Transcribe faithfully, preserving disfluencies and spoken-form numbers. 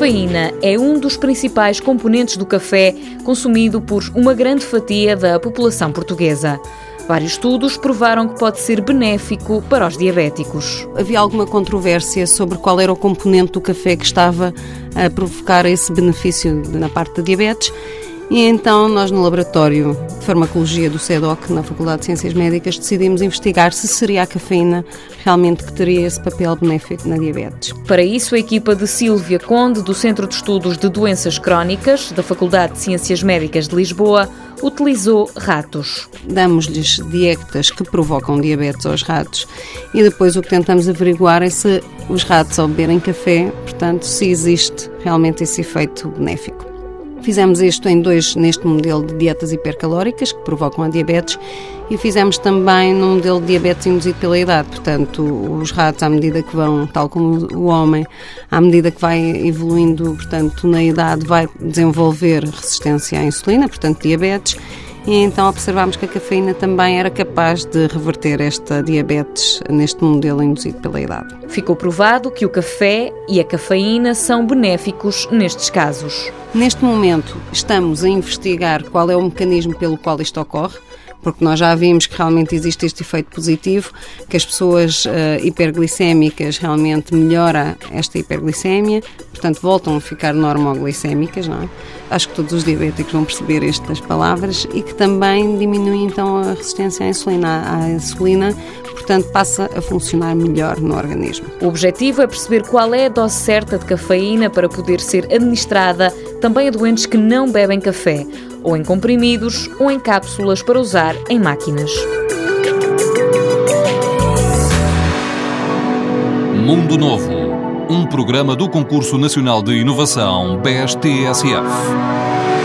cafeína é um dos principais componentes do café consumido por uma grande fatia da população portuguesa. Vários estudos provaram que pode ser benéfico para os diabéticos. Havia alguma controvérsia sobre qual era o componente do café que estava a provocar esse benefício na parte da diabetes. E então nós no laboratório de farmacologia do SEDOC, na Faculdade de Ciências Médicas, decidimos investigar se seria a cafeína realmente que teria esse papel benéfico na diabetes. Para isso, a equipa de Sílvia Conde, do Centro de Estudos de Doenças Crónicas, da Faculdade de Ciências Médicas de Lisboa, utilizou ratos. Damos-lhes dietas que provocam diabetes aos ratos e depois o que tentamos averiguar é se os ratos, ao beberem café, portanto, se existe realmente esse efeito benéfico. Fizemos isto em dois, neste modelo de dietas hipercalóricas, que provocam a diabetes, e fizemos também num modelo de diabetes induzido pela idade. Portanto, os ratos, à medida que vão, tal como o homem, à medida que vai evoluindo, portanto, na idade, vai desenvolver resistência à insulina, portanto, diabetes, e então observámos que a cafeína também era capaz de reverter esta diabetes neste modelo induzido pela idade. Ficou provado que o café e a cafeína são benéficos nestes casos. Neste momento estamos a investigar qual é o mecanismo pelo qual isto ocorre, porque nós já vimos que realmente existe este efeito positivo, que as pessoas uh, hiperglicémicas realmente melhora esta hiperglicémia, portanto voltam a ficar normoglicémicas, não é? Acho que todos os diabéticos vão perceber estas palavras, e que também diminui então a resistência à insulina. A insulina, portanto, passa a funcionar melhor no organismo. O objetivo é perceber qual é a dose certa de cafeína para poder ser administrada também a doentes que não bebem café, ou em comprimidos ou em cápsulas para usar em máquinas. Mundo Novo, um programa do Concurso Nacional de Inovação B E S T S F.